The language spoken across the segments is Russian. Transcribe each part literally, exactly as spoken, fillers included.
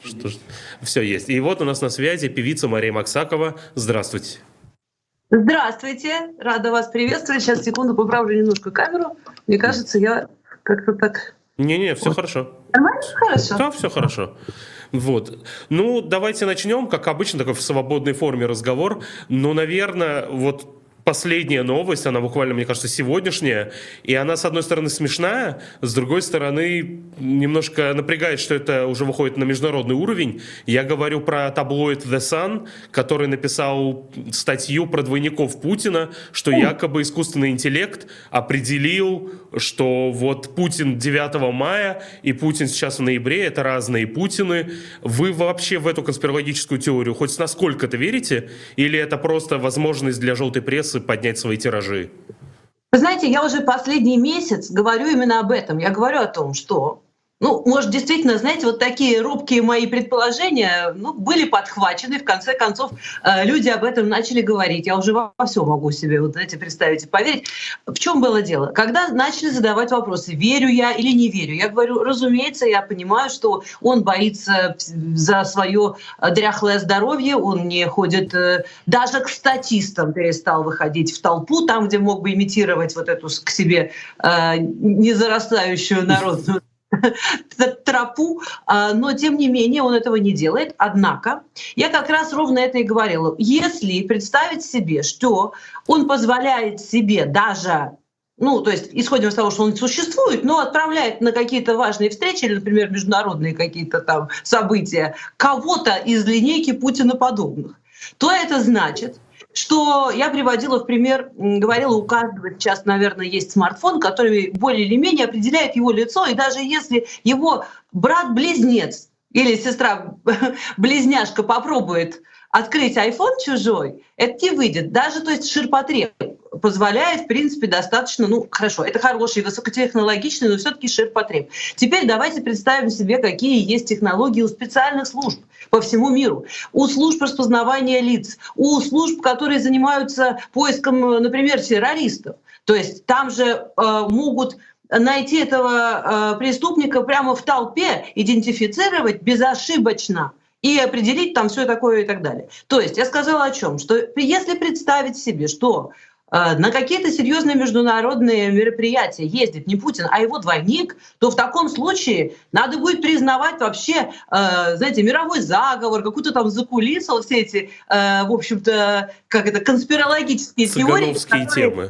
Что ж, все есть. И вот у нас на связи певица Мария Максакова. Здравствуйте. Здравствуйте, рада вас приветствовать. Сейчас, секунду, поправлю немножко камеру. Мне кажется, я как-то так... Не-не, все Вот. хорошо. Нормально? Хорошо. Да, все хорошо. Вот. Ну, давайте начнем, как обычно, такой в свободной форме разговор. Но, наверное, вот последняя новость, она буквально, мне кажется, сегодняшняя, и она, с одной стороны, смешная, с другой стороны, немножко напрягает, что это уже выходит на международный уровень. Я говорю про таблоид The Sun, который написал статью про двойников Путина, что якобы искусственный интеллект определил, что вот Путин девятого мая и Путин сейчас в ноябре — это разные Путины. Вы вообще в эту конспирологическую теорию хоть насколько-то верите? Или это просто возможность для желтой прессы поднять свои тиражи? Вы знаете, я уже последний месяц говорю именно об этом. Я говорю о том, что, ну, может, действительно, знаете, вот такие робкие мои предположения, ну, были подхвачены. В конце концов, э, люди об этом начали говорить. Я уже во все могу себе, вот, знаете, представить и поверить. В чем было дело? Когда начали задавать вопросы, верю я или не верю, я говорю, разумеется, я понимаю, что он боится за свое дряхлое здоровье, он не ходит, э, даже к статистам перестал выходить в толпу, там, где мог бы имитировать вот эту к себе э, незарастающую народную тропу, но тем не менее он этого не делает. Однако я как раз ровно это и говорила. Если представить себе, что он позволяет себе даже, ну, то есть исходим из того, что он существует, но отправляет на какие-то важные встречи, или, например, международные какие-то там события, кого-то из линейки Путина подобных, то это значит, что я приводила в пример, говорила, у каждого сейчас, наверное, есть смартфон, который более или менее определяет его лицо, и даже если его брат-близнец или сестра-близняшка попробует открыть iPhone чужой, это не выйдет. Даже, то есть, ширпотреб позволяет, в принципе, достаточно, ну, хорошо, это хороший, высокотехнологичный, но все-таки ширпотреб. Теперь давайте представим себе, какие есть технологии у специальных служб по всему миру. У служб распознавания лиц, у служб, которые занимаются поиском, например, террористов. То есть там же э, могут найти этого э, преступника прямо в толпе, идентифицировать безошибочно и определить там все такое и так далее. То есть я сказала о чем? Что если представить себе, что э, на какие-то серьезные международные мероприятия ездит не Путин, а его двойник, то в таком случае надо будет признавать вообще, э, знаете, мировой заговор, какую-то там закулису, все эти, э, в общем-то, как это, конспирологические теории, которые... темы.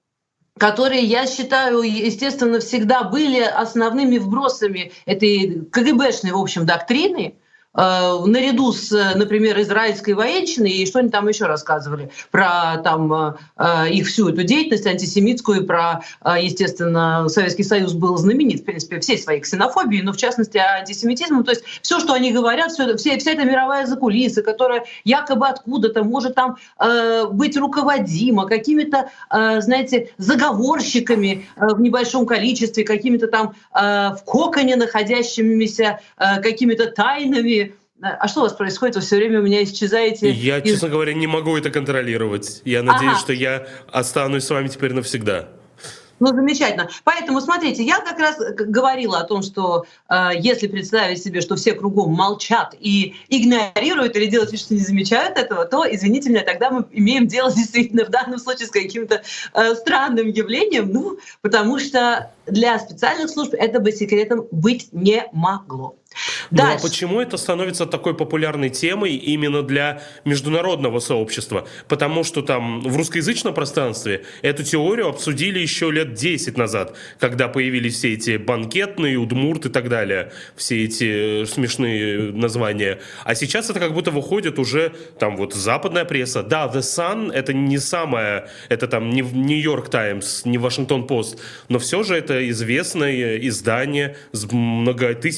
которые, я считаю, естественно, всегда были основными вбросами этой КГБшной, в общем, доктрины, э, наряду с, например, израильской военщиной, и что они там еще рассказывали про там, э, их всю эту деятельность антисемитскую, про, э, естественно, Советский Союз был знаменит, в принципе, всей своей ксенофобией, но в частности антисемитизмом. То есть все, что они говорят, все, все, вся эта мировая закулиса, которая якобы откуда-то может там э, быть руководима какими-то, э, знаете, заговорщиками э, в небольшом количестве, какими-то там э, в коконе находящимися, э, какими-то тайнами. А что у вас происходит? Вы все время у меня исчезаете. Я, из... честно говоря, не могу это контролировать. Я надеюсь, Ага. что я останусь с вами теперь навсегда. Ну, замечательно. Поэтому, смотрите, я как раз говорила о том, что э, если представить себе, что все кругом молчат и игнорируют или делают вид, что не замечают этого, то, извините меня, тогда мы имеем дело действительно в данном случае с каким-то э, странным явлением, ну, потому что для специальных служб это бы секретом быть не могло. Ну а Дальше. почему это становится такой популярной темой именно для международного сообщества? Потому что там в русскоязычном пространстве эту теорию обсудили еще лет десять назад, когда появились все эти банкетные, удмурт и так далее, все эти смешные названия. А сейчас это как будто выходит уже там вот западная пресса. Да, The Sun — это не самое, это там не Нью-Йорк Таймс, не Вашингтон Пост, но все же это известное издание с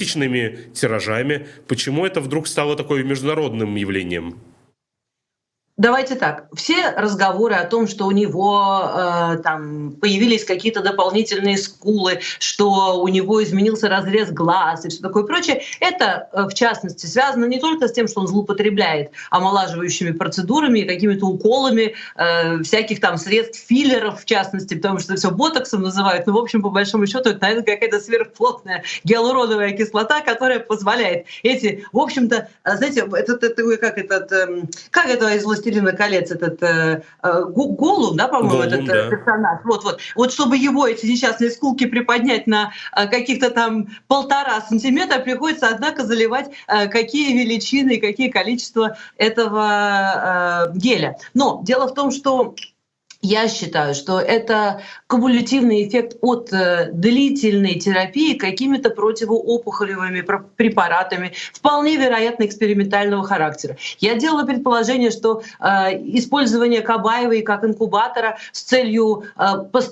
многотысячными тиражами. Почему это вдруг стало такое международным явлением? Давайте так. Все разговоры о том, что у него э, там появились какие-то дополнительные скулы, что у него изменился разрез глаз и все такое прочее, это, э, в частности, связано не только с тем, что он злоупотребляет омолаживающими процедурами и какими-то уколами э, всяких там средств, филлеров, в частности, потому что все ботоксом называют. Но, в общем, по большому счету, это, наверное, какая-то сверхплотная гиалуроновая кислота, которая позволяет эти, в общем-то, знаете, это, это как этот, как это из «Властелина колец», этот э, Голлум, да, по-моему, этот да. персонаж. Вот, вот. Вот чтобы его, эти несчастные скулки, приподнять на э, каких-то там полтора сантиметра, приходится, однако, заливать э, какие величины и какие количества этого э, геля. Но дело в том, что я считаю, что это кумулятивный эффект от э, длительной терапии какими-то противоопухолевыми препаратами, вполне вероятно, экспериментального характера. Я делала предположение, что э, использование Кабаевой как инкубатора с целью э,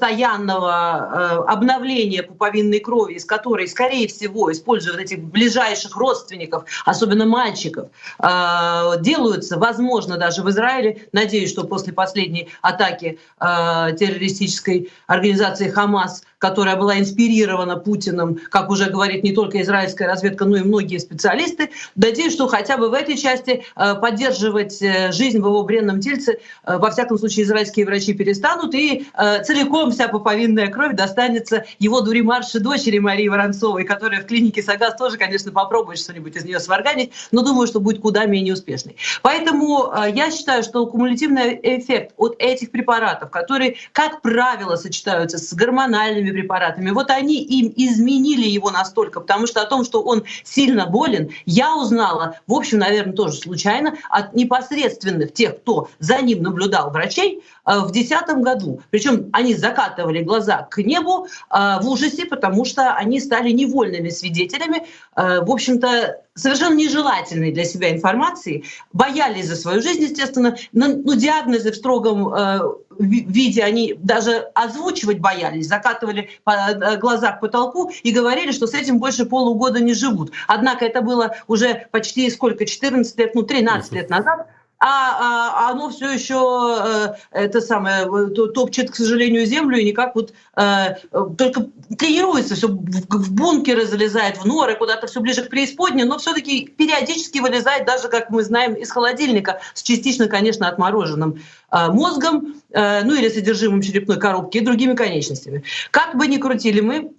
постоянного э, обновления пуповинной крови, из которой, скорее всего, используя вот этих ближайших родственников, особенно мальчиков, э, делаются, возможно, даже в Израиле. Надеюсь, что после последней атаки террористической организации «Хамас», которая была инспирирована Путиным, как уже говорит не только израильская разведка, но и многие специалисты. Надеюсь, что хотя бы в этой части поддерживать жизнь в его бренном тельце, во всяком случае, израильские врачи перестанут, и целиком вся пуповинная кровь достанется его дуримарше дочери Марии Воронцовой, которая в клинике Сагаз тоже, конечно, попробует что-нибудь из нее сварганить, но думаю, что будет куда менее успешной. Поэтому я считаю, что кумулятивный эффект от этих препаратов, которые, как правило, сочетаются с гормональными препаратами, вот они им изменили его настолько, потому что о том, что он сильно болен, я узнала, в общем, наверное, тоже случайно, от непосредственных тех, кто за ним наблюдал, врачей, в две тысячи десятом году. Причем они закатывали глаза к небу в ужасе, потому что они стали невольными свидетелями, в общем-то, совершенно нежелательной для себя информации, боялись за свою жизнь, естественно, но ну, диагнозы в строгом э, виде они даже озвучивать боялись, закатывали глаза к потолку и говорили, что с этим больше полугода не живут. Однако это было уже почти сколько, четырнадцать лет, ну тринадцать лет назад, а, а оно все еще э, это самое топчет, к сожалению, землю и никак вот э, только тренируется, все в, в бункеры залезает, в норы, куда-то все ближе к преисподней, но все-таки периодически вылезает, даже, как мы знаем, из холодильника с частично, конечно, отмороженным э, мозгом, э, ну или содержимым черепной коробки и другими конечностями. Как бы ни крутили мы,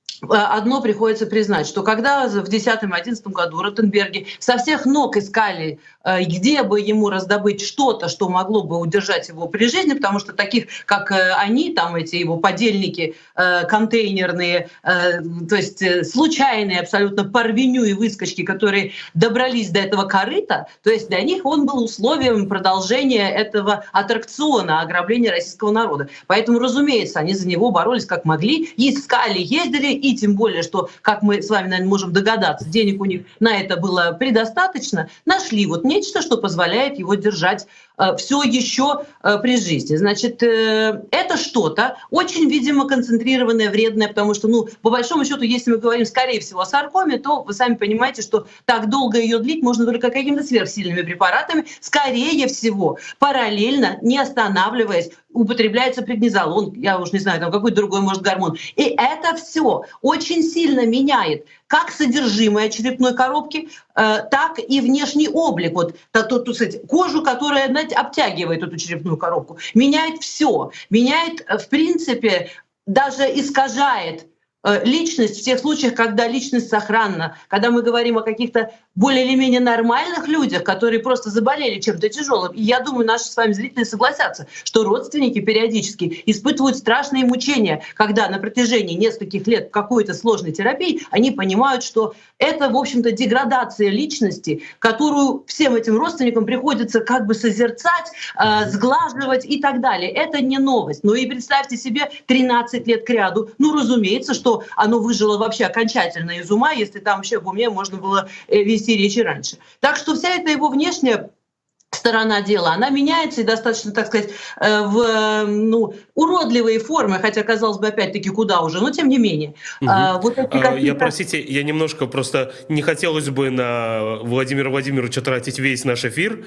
одно приходится признать, что когда в десятом-одиннадцатом году Ротенберги со всех ног искали, где бы ему раздобыть что-то, что могло бы удержать его при жизни, потому что таких, как они, там эти его подельники контейнерные, то есть случайные абсолютно парвеню и выскочки, которые добрались до этого корыта, то есть для них он был условием продолжения этого аттракциона ограбления российского народа. Поэтому, разумеется, они за него боролись как могли, искали, ездили, и тем более, что, как мы с вами, наверное, можем догадаться, денег у них на это было предостаточно, нашли вот нечто, что позволяет его держать э, все еще э, при жизни. Значит, э, это что-то очень, видимо, концентрированное, вредное, потому что, ну, по большому счету, если мы говорим, скорее всего, о саркоме, то вы сами понимаете, что так долго ее длить можно только какими-то сверхсильными препаратами, скорее всего, параллельно, не останавливаясь, употребляется преднизолон, я уж не знаю, там какой-то другой, может, гормон. И это все очень сильно меняет как содержимое черепной коробки, э, так и внешний облик. Вот, то, то, то, кстати, кожу, которая, знаете, обтягивает эту черепную коробку. Меняет все. Меняет, в принципе, даже искажает личность в тех случаях, когда личность сохранна, когда мы говорим о каких-то более или менее нормальных людях, которые просто заболели чем-то тяжелым. И я думаю, наши с вами зрители согласятся, что родственники периодически испытывают страшные мучения, когда на протяжении нескольких лет какой-то сложной терапии они понимают, что это, в общем-то, деградация личности, которую всем этим родственникам приходится как бы созерцать, э, сглаживать и так далее. Это не новость. Ну и представьте себе тринадцать лет кряду. Ну, разумеется, что оно выжило вообще окончательно из ума, если там вообще в уме можно было вести речи раньше. Так что вся эта его внешняя сторона дела, она меняется и достаточно, так сказать, в ну, уродливые формы, хотя, казалось бы, опять-таки, куда уже, но тем не менее. Угу. Вот эти Я, какие-то... простите, я немножко просто не хотелось бы на Владимира Владимировича тратить весь наш эфир.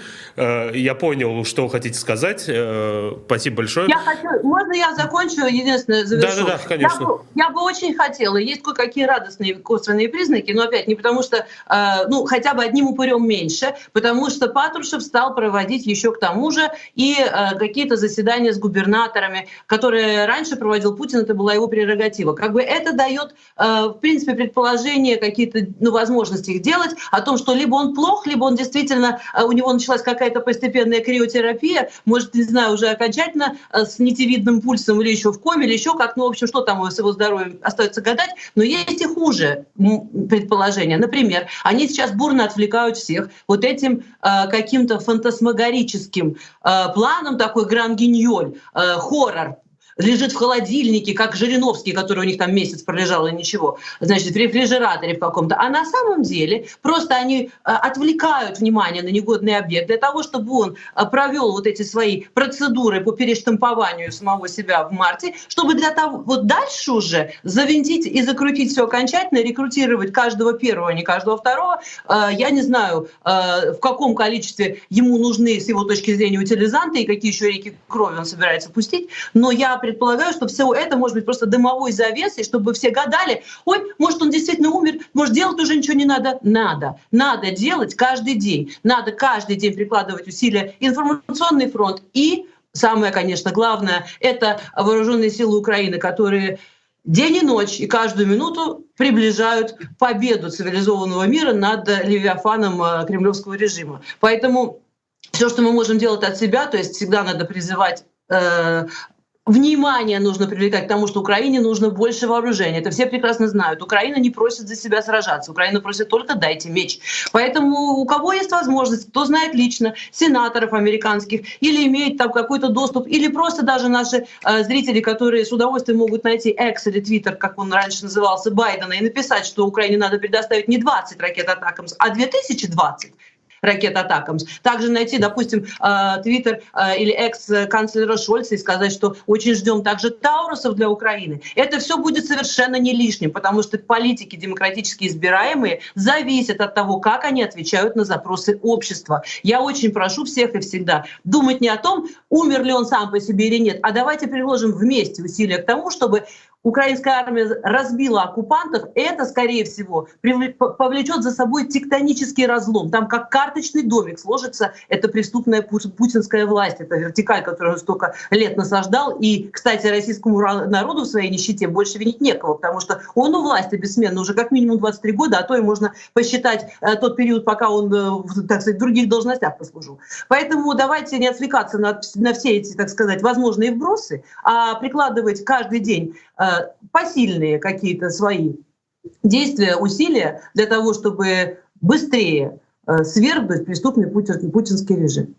Я понял, что хотите сказать. Спасибо большое. Я хочу, можно я закончу, единственное, завершу? Да, да, да, конечно. Я бы, я бы очень хотела, есть кое-какие радостные косвенные признаки, но опять не потому что, ну, хотя бы одним упырем меньше, потому что Патрушев стал проводить еще к тому же и э, какие-то заседания с губернаторами, которые раньше проводил Путин, это была его прерогатива. Как бы это дает, э, в принципе, предположение, какие-то ну, возможности их делать, о том, что либо он плох, либо он действительно, э, у него началась какая-то постепенная криотерапия, может, не знаю, уже окончательно э, с нитевидным пульсом или еще в коме, или еще как, ну, в общем, что там с его здоровьем остается гадать, но есть и хуже предположения. Например, они сейчас бурно отвлекают всех вот этим э, каким-то фантасмагорическим э, планом, такой гран-гиньоль, э, хоррор, лежит в холодильнике, как Жириновский, который у них там месяц пролежал и ничего, значит, в рефрижераторе в каком-то. А на самом деле просто они а, отвлекают внимание на негодный объект для того, чтобы он а, провел вот эти свои процедуры по перештампованию самого себя в марте, чтобы для того, вот дальше уже завинтить и закрутить все окончательно, рекрутировать каждого первого, а не каждого второго. А, я не знаю, а, в каком количестве ему нужны с его точки зрения утилизанты и какие еще реки крови он собирается пустить, но я предполагаю, что все это может быть просто дымовой завесой, чтобы все гадали, ой, может, он действительно умер, может, делать уже ничего не надо. Надо. Надо делать каждый день. Надо каждый день прикладывать усилия. Информационный фронт и, самое, конечно, главное, это вооруженные силы Украины, которые день и ночь и каждую минуту приближают победу цивилизованного мира над левиафаном кремлевского режима. Поэтому все, что мы можем делать от себя, то есть всегда надо призывать э, внимание нужно привлекать к тому, что Украине нужно больше вооружения. Это все прекрасно знают. Украина не просит за себя сражаться. Украина просит только «дайте меч». Поэтому у кого есть возможность, кто знает лично, сенаторов американских, или имеет там какой-то доступ, или просто даже наши э, зрители, которые с удовольствием могут найти X или Twitter, как он раньше назывался, Байдена, и написать, что Украине надо предоставить не двадцать ракет «Атакамс», а две тысячи двадцать. Ракет «Атакамс». Также найти, допустим, твиттер или экс-канцлера Шольца и сказать, что очень ждем также таурусов для Украины. Это все будет совершенно не лишним, потому что политики демократически избираемые зависят от того, как они отвечают на запросы общества. Я очень прошу всех и всегда думать не о том, умер ли он сам по себе или нет, а давайте приложим вместе усилия к тому, чтобы украинская армия разбила оккупантов, это, скорее всего, повлечет за собой тектонический разлом. Там как карточный домик сложится эта преступная путинская власть, эта вертикаль, которую он столько лет насаждал. И, кстати, российскому народу в своей нищете больше винить некого, потому что он у власти бессменно уже как минимум двадцать три года, а то и можно посчитать э, тот период, пока он, э, так сказать, в других должностях послужил. Поэтому давайте не отвлекаться на, на все эти, так сказать, возможные вбросы, а прикладывать каждый день э, посильные какие-то свои действия, усилия для того, чтобы быстрее э, свергнуть преступный путин, путинский режим.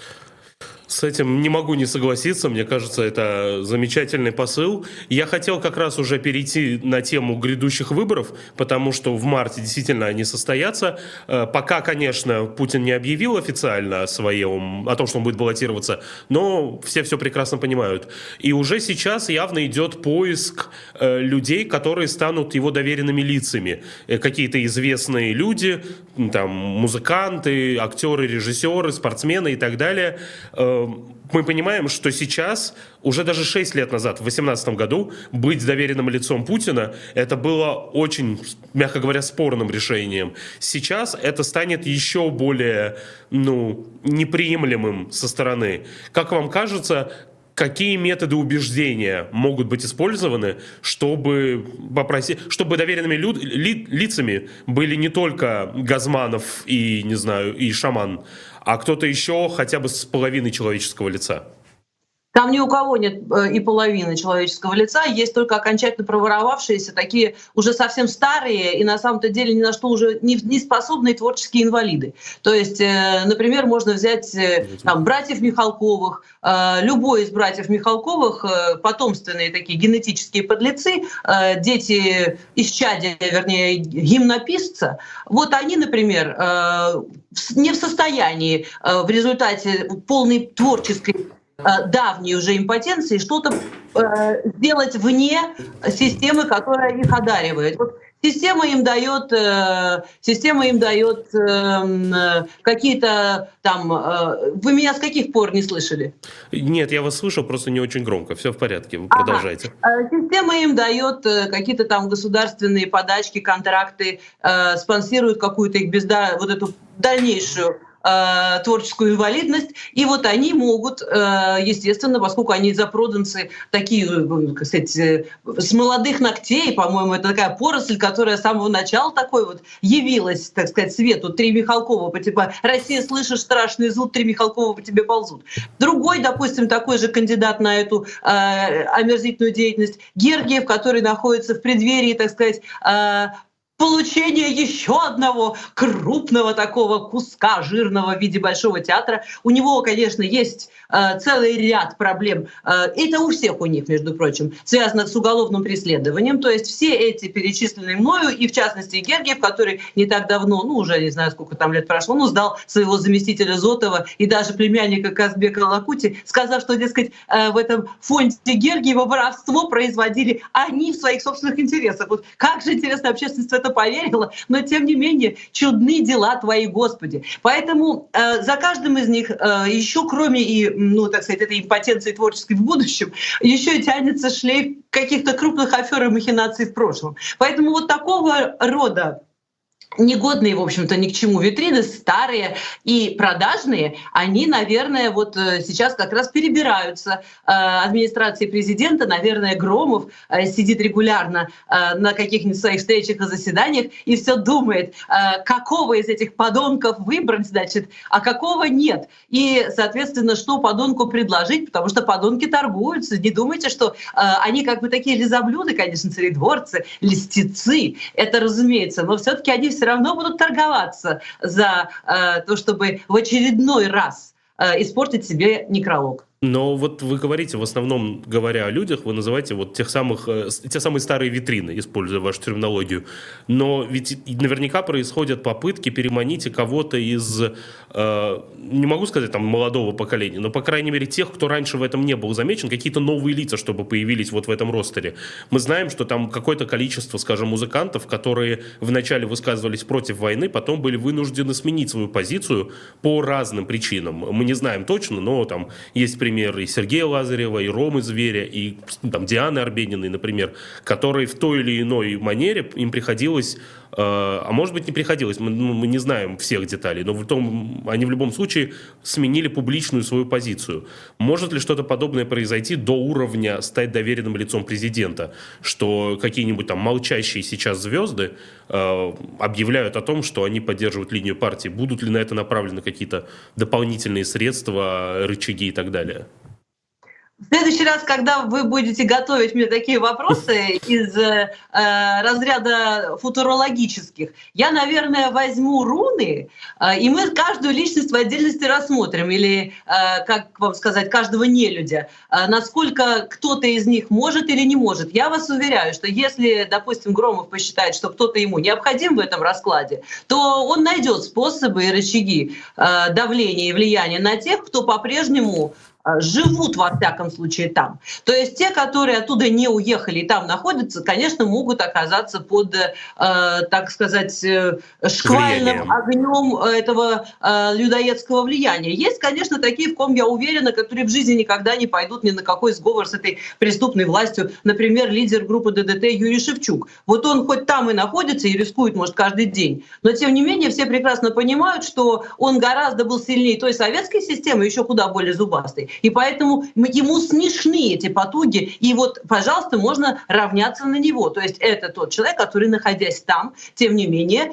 С этим не могу не согласиться, мне кажется, это замечательный посыл. Я хотел как раз уже перейти на тему грядущих выборов, потому что в марте действительно они состоятся. Пока, конечно, Путин не объявил официально о своем, о том, что он будет баллотироваться, но все все прекрасно понимают. И уже сейчас явно идет поиск людей, которые станут его доверенными лицами. Какие-то известные люди, там, музыканты, актеры, режиссеры, спортсмены и так далее. Мы понимаем, что сейчас, уже даже шесть лет назад, в две тысячи восемнадцатом году, быть доверенным лицом Путина, это было очень, мягко говоря, спорным решением. Сейчас это станет еще более, ну, неприемлемым со стороны. Как вам кажется, какие методы убеждения могут быть использованы, чтобы попросить, чтобы доверенными люд, ли, лицами были не только Газманов и, не знаю, и Шаман, а кто-то еще хотя бы с половиной человеческого лица? Там ни у кого нет э, и половины человеческого лица, есть только окончательно проворовавшиеся, такие уже совсем старые и на самом-то деле ни на что уже не, не способные творческие инвалиды. То есть, э, например, можно взять э, там, братьев Михалковых, э, любой из братьев Михалковых, э, потомственные такие генетические подлецы, э, дети исчадия, вернее, гимнописца, вот они, например, э, не в состоянии э, в результате полной творческой давней уже импотенции что-то э, сделать вне системы, которая их одаривает. Вот система им дает, э, система им дает э, какие-то там. Э, вы меня с каких пор не слышали? Нет, я вас слышал, просто не очень громко. Все в порядке, вы продолжайте. Ага. Система им дает какие-то там государственные подачки, контракты, э, спонсирует какую-то их безда, вот эту дальнейшую творческую инвалидность, и вот они могут, естественно, поскольку они запроданцы такие, как сказать, с молодых ногтей, по-моему, это такая поросль, которая с самого начала такой вот явилась, так сказать, свету. Три Михалкова по типа «Россия, слышишь, страшный зуд, три Михалкова по тебе ползут». Другой, допустим, такой же кандидат на эту э, омерзительную деятельность Гергиев, который находится в преддверии, так сказать, э, получение еще одного крупного такого куска жирного в виде Большого театра. У него, конечно, есть э, целый ряд проблем. Э, это у всех у них, между прочим, связанных с уголовным преследованием. То есть все эти перечисленные мною, и в частности Гергиев, который не так давно, ну уже не знаю, сколько там лет прошло, но сдал своего заместителя Зотова и даже племянника Казбека Лакути, сказав, что, дескать, э, в этом фонде Гергиева воровство производили они в своих собственных интересах. Вот как же, интересно, общественность в это поверила, но тем не менее чудны дела твои, Господи. Поэтому э, за каждым из них э, еще кроме и, ну, так сказать, этой импотенции творческой в будущем, еще и тянется шлейф каких-то крупных афер и махинаций в прошлом. Поэтому вот такого рода негодные, в общем-то, ни к чему витрины, старые и продажные, они, наверное, вот сейчас как раз перебираются. Администрации президента, наверное, Громов сидит регулярно на каких-нибудь своих встречах и заседаниях и все думает, какого из этих подонков выбрать, значит, а какого нет. И, соответственно, что подонку предложить, потому что подонки торгуются. Не думайте, что они как бы такие лизоблюды, конечно, царедворцы, льстецы, это разумеется, но все-таки они все равно будут торговаться за э, то, чтобы в очередной раз э, испортить себе некролог. Но вот вы говорите, в основном говоря о людях, вы называете вот тех самых, те самые старые витрины, используя вашу терминологию. Но ведь наверняка происходят попытки переманить кого-то из, э, не могу сказать там молодого поколения, но по крайней мере тех, кто раньше в этом не был замечен, какие-то новые лица, чтобы появились вот в этом ростере. Мы знаем, что там какое-то количество, скажем, музыкантов, которые вначале высказывались против войны, потом были вынуждены сменить свою позицию по разным причинам. Мы не знаем точно, но там есть пример и Сергея Лазарева, и Ромы Зверя, и там, Дианы Арбениной, например, которые в той или иной манере им приходилось, э, а может быть не приходилось, мы, ну, мы не знаем всех деталей, но в том, они в любом случае сменили публичную свою позицию. Может ли что-то подобное произойти до уровня стать доверенным лицом президента, что какие-нибудь там молчащие сейчас звезды э, объявляют о том, что они поддерживают линию партии? Будут ли на это направлены какие-то дополнительные средства, рычаги и так далее? В следующий раз, когда вы будете готовить мне такие вопросы из э, разряда футурологических, я, наверное, возьму руны, э, и мы каждую личность в отдельности рассмотрим, или, э, как вам сказать, каждого нелюдя, э, насколько кто-то из них может или не может. Я вас уверяю, что если, допустим, Громов посчитает, что кто-то ему необходим в этом раскладе, то он найдет способы и рычаги э, давления и влияния на тех, кто по-прежнему живут, во всяком случае, там. То есть те, которые оттуда не уехали и там находятся, конечно, могут оказаться под, э, так сказать, э, шквальным огнем этого э, людоедского влияния. Есть, конечно, такие, в ком я уверена, которые в жизни никогда не пойдут ни на какой сговор с этой преступной властью. Например, лидер группы ДДТ Юрий Шевчук. Вот он хоть там и находится, и рискует, может, каждый день, но, тем не менее, все прекрасно понимают, что он гораздо был сильнее той советской системы, еще куда более зубастой. И поэтому ему смешны эти потуги. И вот, пожалуйста, можно равняться на него. То есть это тот человек, который, находясь там, тем не менее,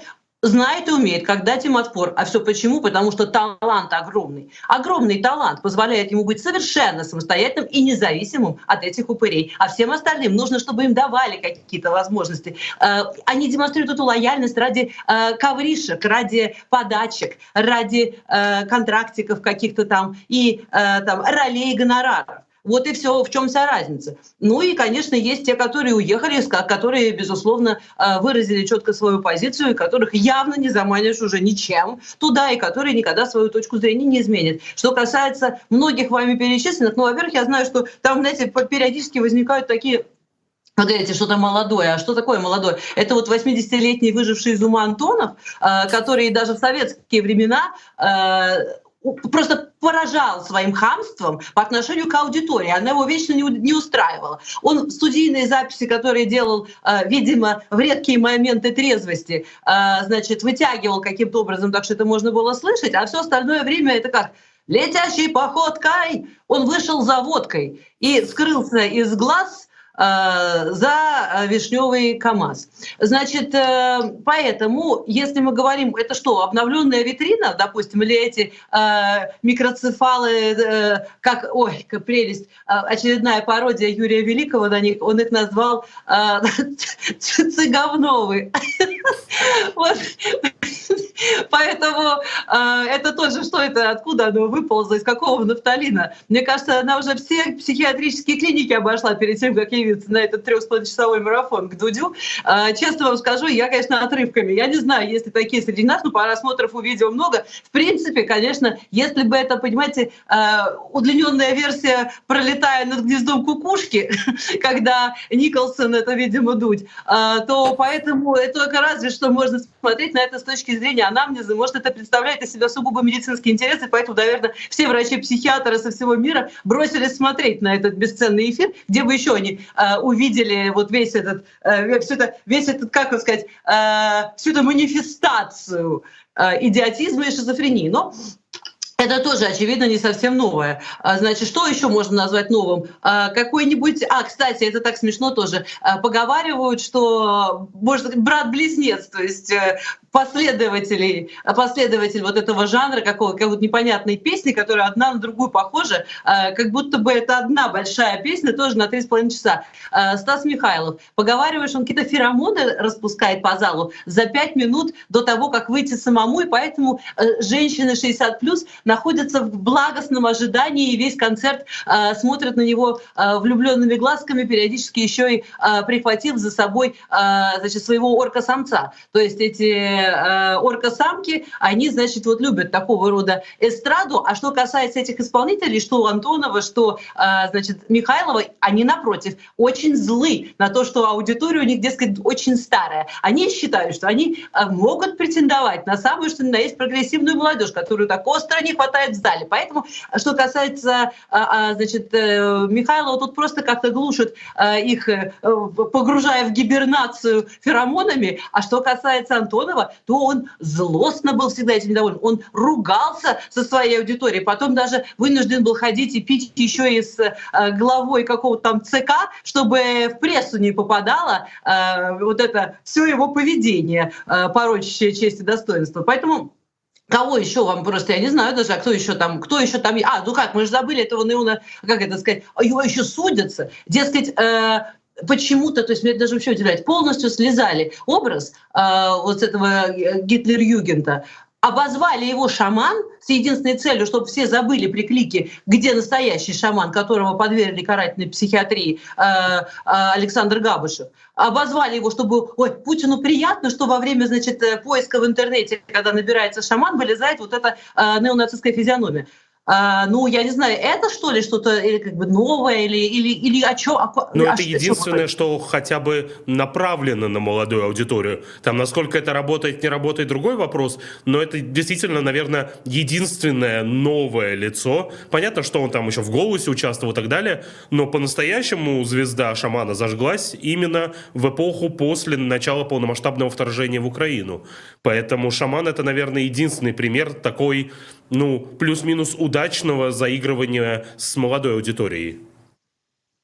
знает и умеет, как дать им отпор. А все почему? Потому что талант огромный. Огромный талант позволяет ему быть совершенно самостоятельным и независимым от этих упырей. А всем остальным нужно, чтобы им давали какие-то возможности. Э, Они демонстрируют эту лояльность ради э, ковришек, ради подачек, ради э, контрактиков каких-то там и э, там, ролей и гонораров. Вот и все, в чем вся разница. Ну и, конечно, есть те, которые уехали, которые, безусловно, э, выразили четко свою позицию, и которых явно не заманишь уже ничем туда, и которые никогда свою точку зрения не изменят. Что касается многих вами перечисленных, ну, во-первых, я знаю, что там, знаете, периодически возникают такие... Вы говорите, что-то молодое. А что такое молодое? Это вот восьмидесятилетний выживший из ума Антонов, э, который даже в советские времена э, просто поражал своим хамством по отношению к аудитории. Она его вечно не, не устраивала. Он студийные записи, которые делал, э, видимо, в редкие моменты трезвости, э, значит, вытягивал каким-то образом, так что это можно было слышать, а все остальное время это как летящей походкой он вышел за водкой и скрылся из глаз за вишневый КАМАЗ. Значит, поэтому, если мы говорим, это что, обновленная витрина, допустим, или эти э, микроцефалы, э, как, ой, как прелесть, очередная пародия Юрия Великого на них, он их назвал э, цыговновы. Поэтому э, это тоже, что это, откуда оно выползло, из какого нафталина. Мне кажется, она уже все психиатрические клиники обошла перед тем, как явиться на этот трех с половиной часовой марафон к Дудю. Э, честно вам скажу, я, конечно, отрывками. Я не знаю, есть ли такие среди нас, но просмотров у видео много. В принципе, конечно, если бы это, понимаете, э, удлиненная версия, пролетая над гнездом кукушки, когда Николсон, это, видимо, Дудь, э, то поэтому это только разве что можно смотреть на это с точки зрения анамнеза. Может, это представляет из себя сугубо медицинские интересы, поэтому, наверное, все врачи-психиатры со всего мира бросились смотреть на этот бесценный эфир, где бы еще они э, увидели вот весь этот, э, все это, весь этот, как сказать, э, всю эту манифестацию э, идиотизма и шизофрении. Но это тоже, очевидно, не совсем новое. Значит, что еще можно назвать новым? Какой-нибудь... А, кстати, это так смешно тоже. Поговаривают, что, может, брат-близнец, то есть последователей, последователь вот этого жанра, какого, как вот непонятной песни, которая одна на другую похожа, как будто бы это одна большая песня, тоже на три с половиной часа. Стас Михайлов. Поговаривают, что он какие-то феромоны распускает по залу за пять минут до того, как выйти самому, и поэтому женщины шестьдесят плюс находятся в благостном ожидании, и весь концерт э, смотрят на него э, влюбленными глазками, периодически еще и э, прихватив за собой э, значит, своего орка-самца. То есть эти э, орка-самки, они, значит, вот любят такого рода эстраду. А что касается этих исполнителей, что Антонова, что э, значит, Михайлова, они, напротив, очень злы на то, что аудитория у них, дескать, очень старая. Они считают, что они э, могут претендовать на самую, что ни на есть, прогрессивную молодежь, которую так остро не хватает в зале. Поэтому, что касается, значит, Михайлова, тут просто как-то глушит их, погружая в гибернацию феромонами. А что касается Антонова, то он злостно был всегда этим недоволен. Он ругался со своей аудиторией, потом даже вынужден был ходить и пить еще и с главой какого-то там ЦК, чтобы в прессу не попадало вот это все его поведение, порочащее честь и достоинство. Поэтому кого еще вам просто, я не знаю даже, а кто еще там, кто еще там, а, ну как, мы же забыли этого Неона, как это сказать, его еще судятся, дескать, э, почему-то, то есть меня это даже вообще удивляет, полностью слезали образ э, вот этого Гитлер-Югента, обозвали его шаман с единственной целью, чтобы все забыли при клике, где настоящий шаман, которого подвергли карательной психиатрии э, э, Александр Габышев. Обозвали его, чтобы... Ой, Путину приятно, что во время, значит, поиска в интернете, когда набирается шаман, вылезает вот эта э, неонацистская физиономия. А, ну, я не знаю, это что ли что-то или как бы новое, или, или, или о чем? Ну, это единственное, что хотя бы направлено на молодую аудиторию. Там, насколько это работает, не работает, другой вопрос, но это действительно, наверное, единственное новое лицо. Понятно, что он там еще в «Голосе» участвовал и так далее, но по-настоящему звезда шамана зажглась именно в эпоху после начала полномасштабного вторжения в Украину. Поэтому шаман — это, наверное, единственный пример такой, ну, плюс-минус удачного заигрывания с молодой аудиторией.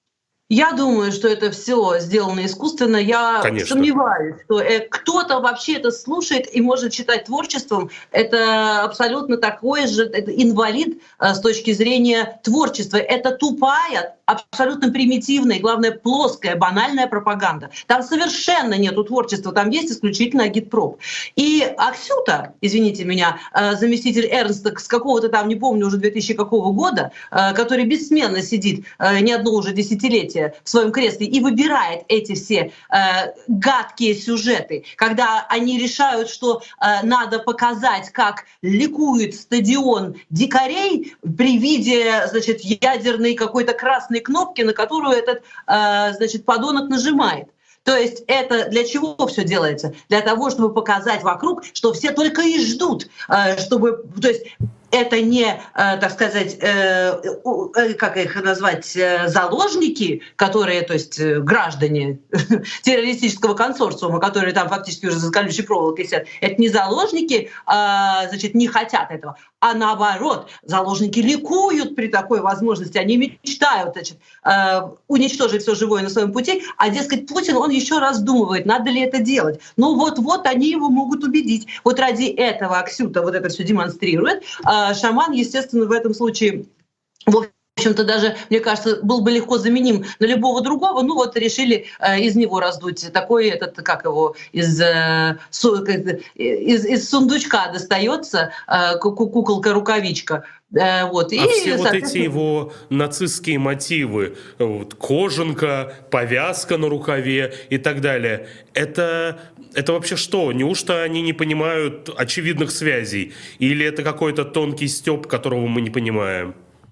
Я думаю, что это все сделано искусственно. Я Конечно. сомневаюсь, что э, кто-то вообще это слушает и может считать творчеством. Это абсолютно такой же это инвалид э, с точки зрения творчества. Это тупая, абсолютно примитивная, и, главное, плоская, банальная пропаганда. Там совершенно нету творчества, там есть исключительно агитпроп. И Аксюта, извините меня, э, заместитель Эрнста с какого-то там, не помню уже две тысячи какого года, э, который бессменно сидит э, не одно уже десятилетие в своем кресле и выбирает эти все э, гадкие сюжеты, когда они решают, что э, надо показать, как ликует стадион дикарей при виде, значит, ядерной какой-то красной кнопки, на которую этот, э, значит, подонок нажимает. То есть это для чего все делается? Для того, чтобы показать вокруг, что все только и ждут, э, чтобы, то есть это не, э, так сказать, э, э, как их назвать, э, заложники, которые, то есть э, граждане террористического консорциума, которые там фактически уже за колючей проволокой сидят. Это не заложники, э, значит, не хотят этого, а наоборот, заложники ликуют при такой возможности, они мечтают, значит, э, уничтожить все живое на своем пути, а, дескать, Путин, он еще раздумывает, надо ли это делать. Ну вот-вот они его могут убедить. Вот ради этого Аксюта вот это все демонстрирует. Шаман, естественно, в этом случае, в общем-то, даже, мне кажется, был бы легко заменим на любого другого. Ну вот решили э, из него раздуть такой, этот, как его, из, э, су, из, из сундучка достается э, куколка-рукавичка. Э, вот, а и, все вот эти его нацистские мотивы, вот, кожанка, повязка на рукаве и так далее, это... Это вообще что? Неужто они не понимают очевидных связей? Или это какой-то тонкий стёб, которого мы не понимаем?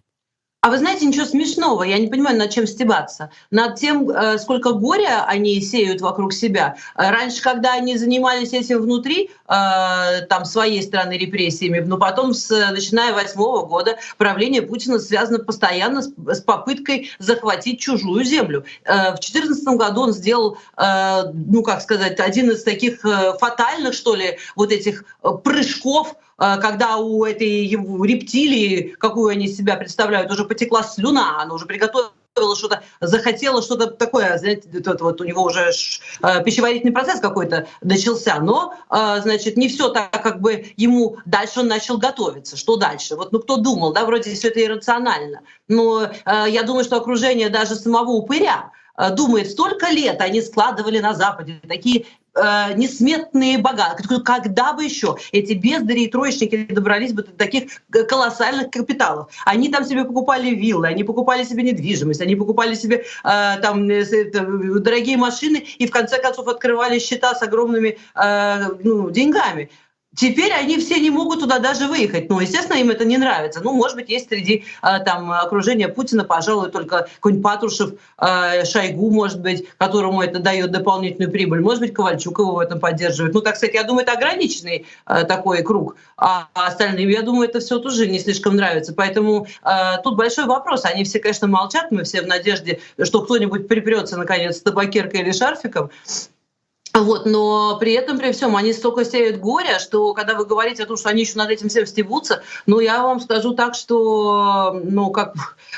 А вы знаете, ничего смешного. Я не понимаю, над чем стебаться. Над тем, э, сколько горя они сеют вокруг себя. Э, Раньше, когда они занимались этим внутри, э, там, своей страны репрессиями, но потом, с, начиная восьмого года, правление Путина связано постоянно с, с попыткой захватить чужую землю. Э, В две тысячи четырнадцатом году он сделал, э, ну, как сказать, один из таких э, фатальных, что ли, вот этих э, прыжков, когда у этой рептилии, какую они из себя представляют, уже потекла слюна, она уже приготовила что-то, захотела что-то такое, знаете, вот, вот у него уже э, пищеварительный процесс какой-то начался, но, э, значит, не все так, как бы ему дальше он начал готовиться. Что дальше? Вот, ну, кто думал, да, вроде все это иррационально, но э, я думаю, что окружение даже самого упыря э, думает, столько лет они складывали на Западе такие э, несметные богатства. Когда бы еще эти бездари и троечники добрались бы до таких колоссальных капиталов? Они там себе покупали виллы, они покупали себе недвижимость, они покупали себе э, там э, дорогие машины и в конце концов открывали счета с огромными э, ну, деньгами. Теперь они все не могут туда даже выехать. Ну, естественно, им это не нравится. Ну, может быть, есть среди э, там окружения Путина, пожалуй, только какой-нибудь Патрушев, э, Шойгу, может быть, которому это дает дополнительную прибыль. Может быть, Ковальчук его в этом поддерживает. Ну, так сказать, я думаю, это ограниченный э, такой круг. А остальным, я думаю, это все тоже не слишком нравится. Поэтому э, тут большой вопрос. Они все, конечно, молчат. Мы все в надежде, что кто-нибудь припрется, наконец, с табакеркой или шарфиком. Вот, но при этом, при всем, они столько сеют горя, что когда вы говорите о том, что они еще над этим всем стебутся, ну, я вам скажу так, что, ну, как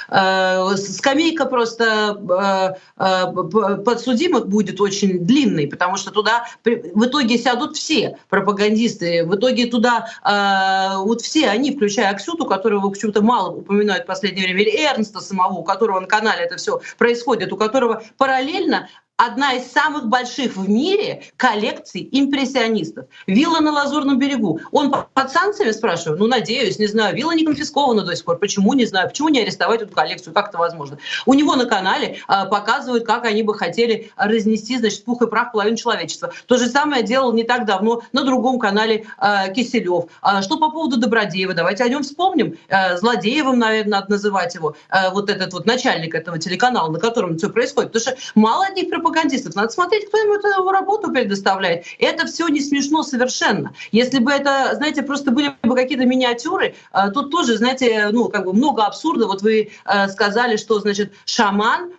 э, скамейка просто э, э, подсудимых будет очень длинной, потому что туда в итоге сядут все пропагандисты, в итоге туда э, вот все они, включая Аксюту, которого почему-то мало упоминают в последнее время, или Эрнста самого, у которого на канале это все происходит, у которого параллельно одна из самых больших в мире коллекций импрессионистов. Вилла на Лазурном берегу. Он под санкциями, спрашиваю? Ну, надеюсь, не знаю. Вилла не конфискована до сих пор. Почему? Не знаю. Почему не арестовать эту коллекцию? Как это возможно? У него на канале э, показывают, как они бы хотели разнести, значит, пух и прах половину человечества. То же самое делал не так давно на другом канале э, Киселев. А что по поводу Добродеева? Давайте о нем вспомним. Э, Злодеевым, наверное, надо называть его. Э, вот этот вот начальник этого телеканала, на котором все происходит. Потому что мало одних пропагандистов. Надо смотреть, кто ему эту работу предоставляет. Это все не смешно совершенно. Если бы это, знаете, просто были бы какие-то миниатюры, тут тоже, знаете, ну, как бы много абсурда. Вот вы сказали, что, значит, шаман,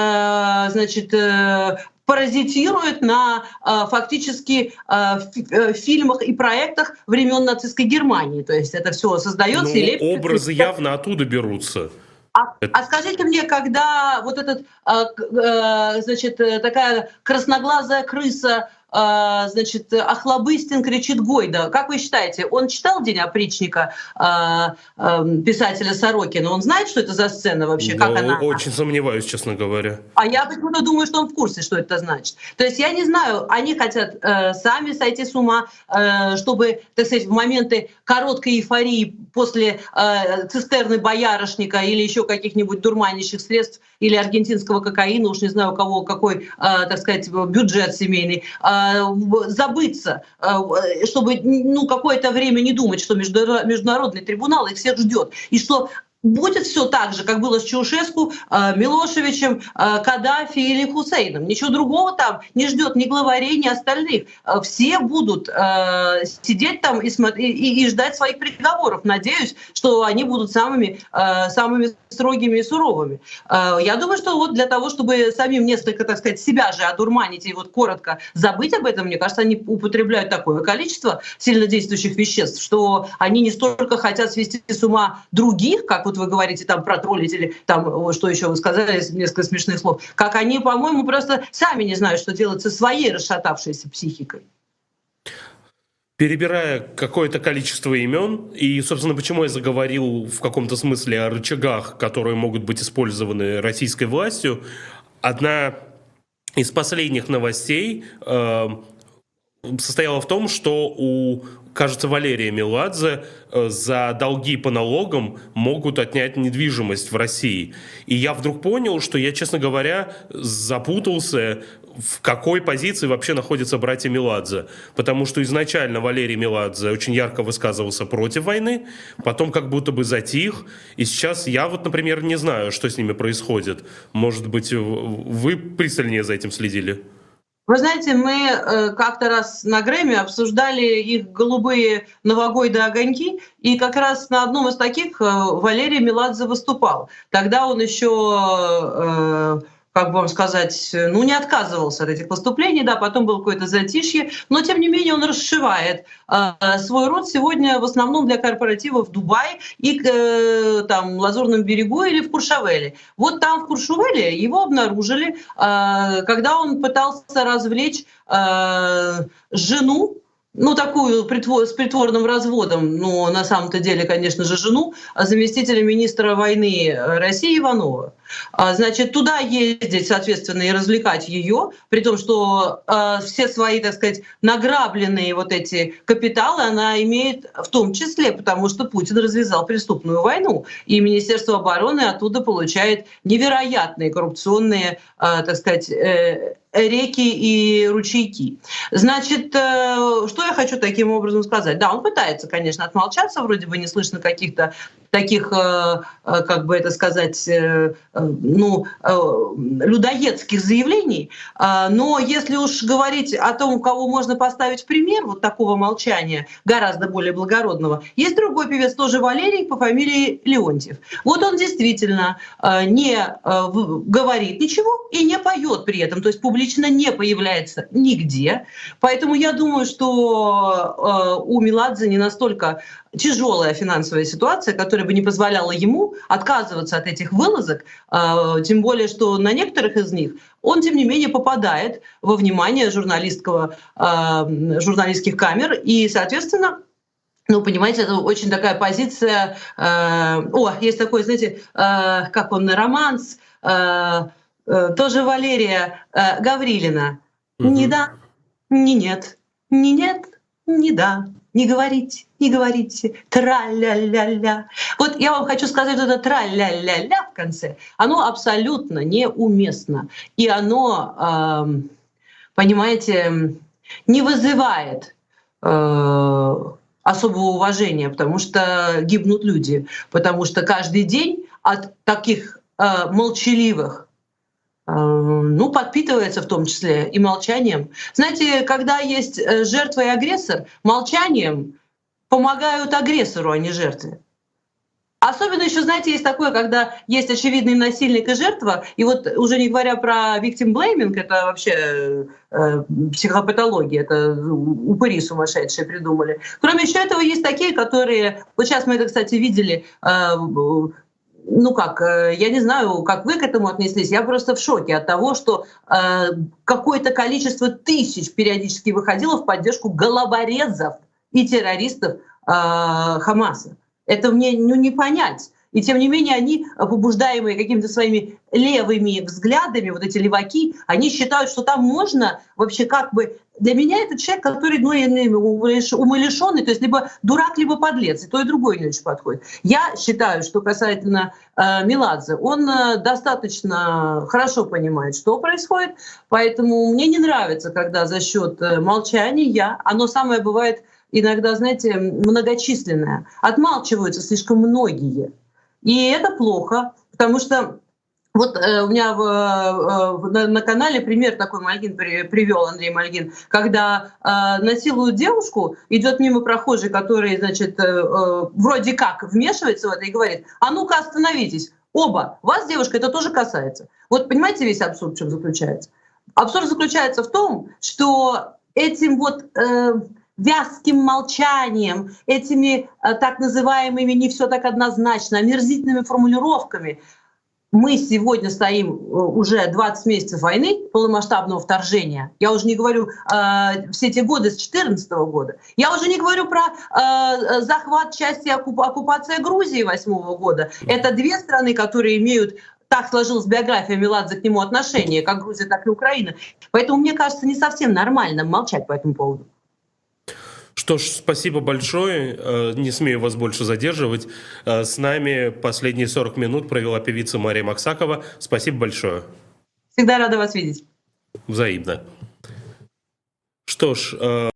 значит, паразитирует на фактически фильмах и проектах времен нацистской Германии. То есть это все создается. Ну, и лепится. образы явно оттуда берутся. А, а скажите мне, когда вот этот, а, к э, значит, э, такая красноглазая крыса, а, значит, Охлобыстин кричит Гойда. Как вы считаете, он читал «День опричника», а, ам, писателя Сорокина? Он знает, что это за сцена вообще, как Но она? очень сомневаюсь, честно говоря. А я почему-то думаю, что он в курсе, что это значит. То есть я не знаю, они хотят э, сами сойти с ума, э, чтобы, так сказать, в моменты короткой эйфории после э, цистерны боярышника или еще каких-нибудь дурманящих средств или аргентинского кокаина, уж не знаю, у кого какой, э, так сказать, бюджет семейный, э, забыться, э, чтобы ну, какое-то время не думать, что международный трибунал их всех ждет, и что будет все так же, как было с Чаушеску, Милошевичем, Каддафи или Хусейном. Ничего другого там не ждет ни главарей, ни остальных. Все будут э, сидеть там и, смотри, и, и ждать своих приговоров. Надеюсь, что они будут самыми, э, самыми строгими и суровыми. Э, я думаю, что вот для того, чтобы самим несколько, так сказать, себя же одурманить и вот коротко забыть об этом, мне кажется, они употребляют такое количество сильнодействующих веществ, что они не столько хотят свести с ума других, как вот вы говорите там про троллить или там, что еще вы сказали, несколько смешных слов, как они, по-моему, просто сами не знают, что делать со своей расшатавшейся психикой. Перебирая какое-то количество имен, и, собственно, почему я заговорил в каком-то смысле о рычагах, которые могут быть использованы российской властью, одна из последних новостей э, состояла в том, что у, кажется, Валерия Меладзе за долги по налогам могут отнять недвижимость в России. И я вдруг понял, что я, честно говоря, запутался, в какой позиции вообще находятся братья Меладзе. Потому что изначально Валерий Меладзе очень ярко высказывался против войны, потом как будто бы затих, и сейчас я вот, например, не знаю, что с ними происходит. Может быть, вы пристальнее за этим следили? Вы знаете, мы э, как-то раз на Грэмми обсуждали их голубые новогодние огоньки, и как раз на одном из таких э, Валерий Меладзе выступал. Тогда он еще... Э, как бы вам сказать, ну, не отказывался от этих выступлений, да, потом было какое-то затишье, но, тем не менее, он расшивает э, свой род сегодня в основном для корпоративов в Дубае и э, там, в Лазурном берегу или в Куршавеле. Вот там, в Куршавеле, его обнаружили, э, когда он пытался развлечь э, жену, ну, такую притвор, с притворным разводом, но на самом-то деле, конечно же, жену заместителя министра войны России Иванова. Значит, туда ездить, соответственно, и развлекать ее, при том, что э, все свои, так сказать, награбленные вот эти капиталы она имеет в том числе, потому что Путин развязал преступную войну, и Министерство обороны оттуда получает невероятные коррупционные, э, так сказать, э, реки и ручейки. Значит, э, что я хочу таким образом сказать? Да, он пытается, конечно, отмолчаться, вроде бы не слышно каких-то таких, э, э, как бы это сказать, э, э, ну, э, людоедских заявлений. Э, но если уж говорить о том, кого можно поставить в пример вот такого молчания, гораздо более благородного, есть другой певец, тоже Валерий, по фамилии Леонтьев. Вот он действительно э, не э, говорит ничего и не поет при этом, то есть публично не появляется нигде. Поэтому я думаю, что э, у Меладзе не настолько тяжелая финансовая ситуация, которая бы не позволяла ему отказываться от этих вылазок, э, тем более, что на некоторых из них он, тем не менее, попадает во внимание журналистского, э, журналистских камер, и, соответственно, ну, понимаете, это очень такая позиция... Э, о, есть такой, знаете, э, как он, романс, э, э, тоже Валерия э, Гаврилина. Угу. Ни да, ни нет, ни нет, ни да. Не говорите, не говорите, тра-ля-ля-ля. Вот я вам хочу сказать, что это тра-ля-ля-ля в конце, оно абсолютно неуместно. И оно, э, понимаете, не вызывает э, особого уважения, потому что гибнут люди, потому что каждый день от таких э, молчаливых, ну, подпитывается в том числе и молчанием. Знаете, когда есть жертва и агрессор, молчанием помогают агрессору, а не жертве. Особенно еще, знаете, есть такое, когда есть очевидный насильник и жертва, и вот уже не говоря про victim blaming, это вообще э, психопатология, это упыри сумасшедшие придумали. Кроме еще этого, есть такие, которые, вот сейчас мы это, кстати, видели, э, ну как, э, я не знаю, как вы к этому отнеслись, я просто в шоке от того, что э, какое-то количество тысяч периодически выходило в поддержку головорезов и террористов э, Хамаса. Это мне ну, не понять. И тем не менее они, побуждаемые какими-то своими левыми взглядами, вот эти леваки, они считают, что там можно вообще как бы... Для меня это человек, который ну, умалишенный, то есть либо дурак, либо подлец, и то, и другое не очень подходит. Я считаю, что касательно э, Меладзе, он э, достаточно хорошо понимает, что происходит, поэтому мне не нравится, когда за счет э, молчания, оно самое бывает иногда, знаете, многочисленное, отмалчиваются слишком многие. И это плохо, потому что вот э, у меня в, э, на, на канале пример такой Мальгин при, привел, Андрей Мальгин, когда э, насилуют девушку, идет мимо прохожий, который, значит, э, э, вроде как вмешивается в это и говорит: а ну-ка остановитесь, оба, вас, девушка, это тоже касается. Вот понимаете весь абсурд в чем заключается? Абсурд заключается в том, что этим вот... Э, вязким молчанием, этими э, так называемыми не все так однозначно, омерзительными формулировками. Мы сегодня стоим э, уже двадцать месяцев войны, полномасштабного вторжения. Я уже не говорю э, все эти годы с две тысячи четырнадцатого года. Я уже не говорю про э, захват части оккуп- оккупация Грузии восьмого года. Это две страны, которые имеют, так сложилась биография Меладзе, к нему отношение, как Грузия, так и Украина. Поэтому мне кажется не совсем нормально молчать по этому поводу. Что ж, спасибо большое. Не смею вас больше задерживать. С нами последние сорок минут провела певица Мария Максакова. Спасибо большое. Всегда рада вас видеть. Взаимно. Что ж...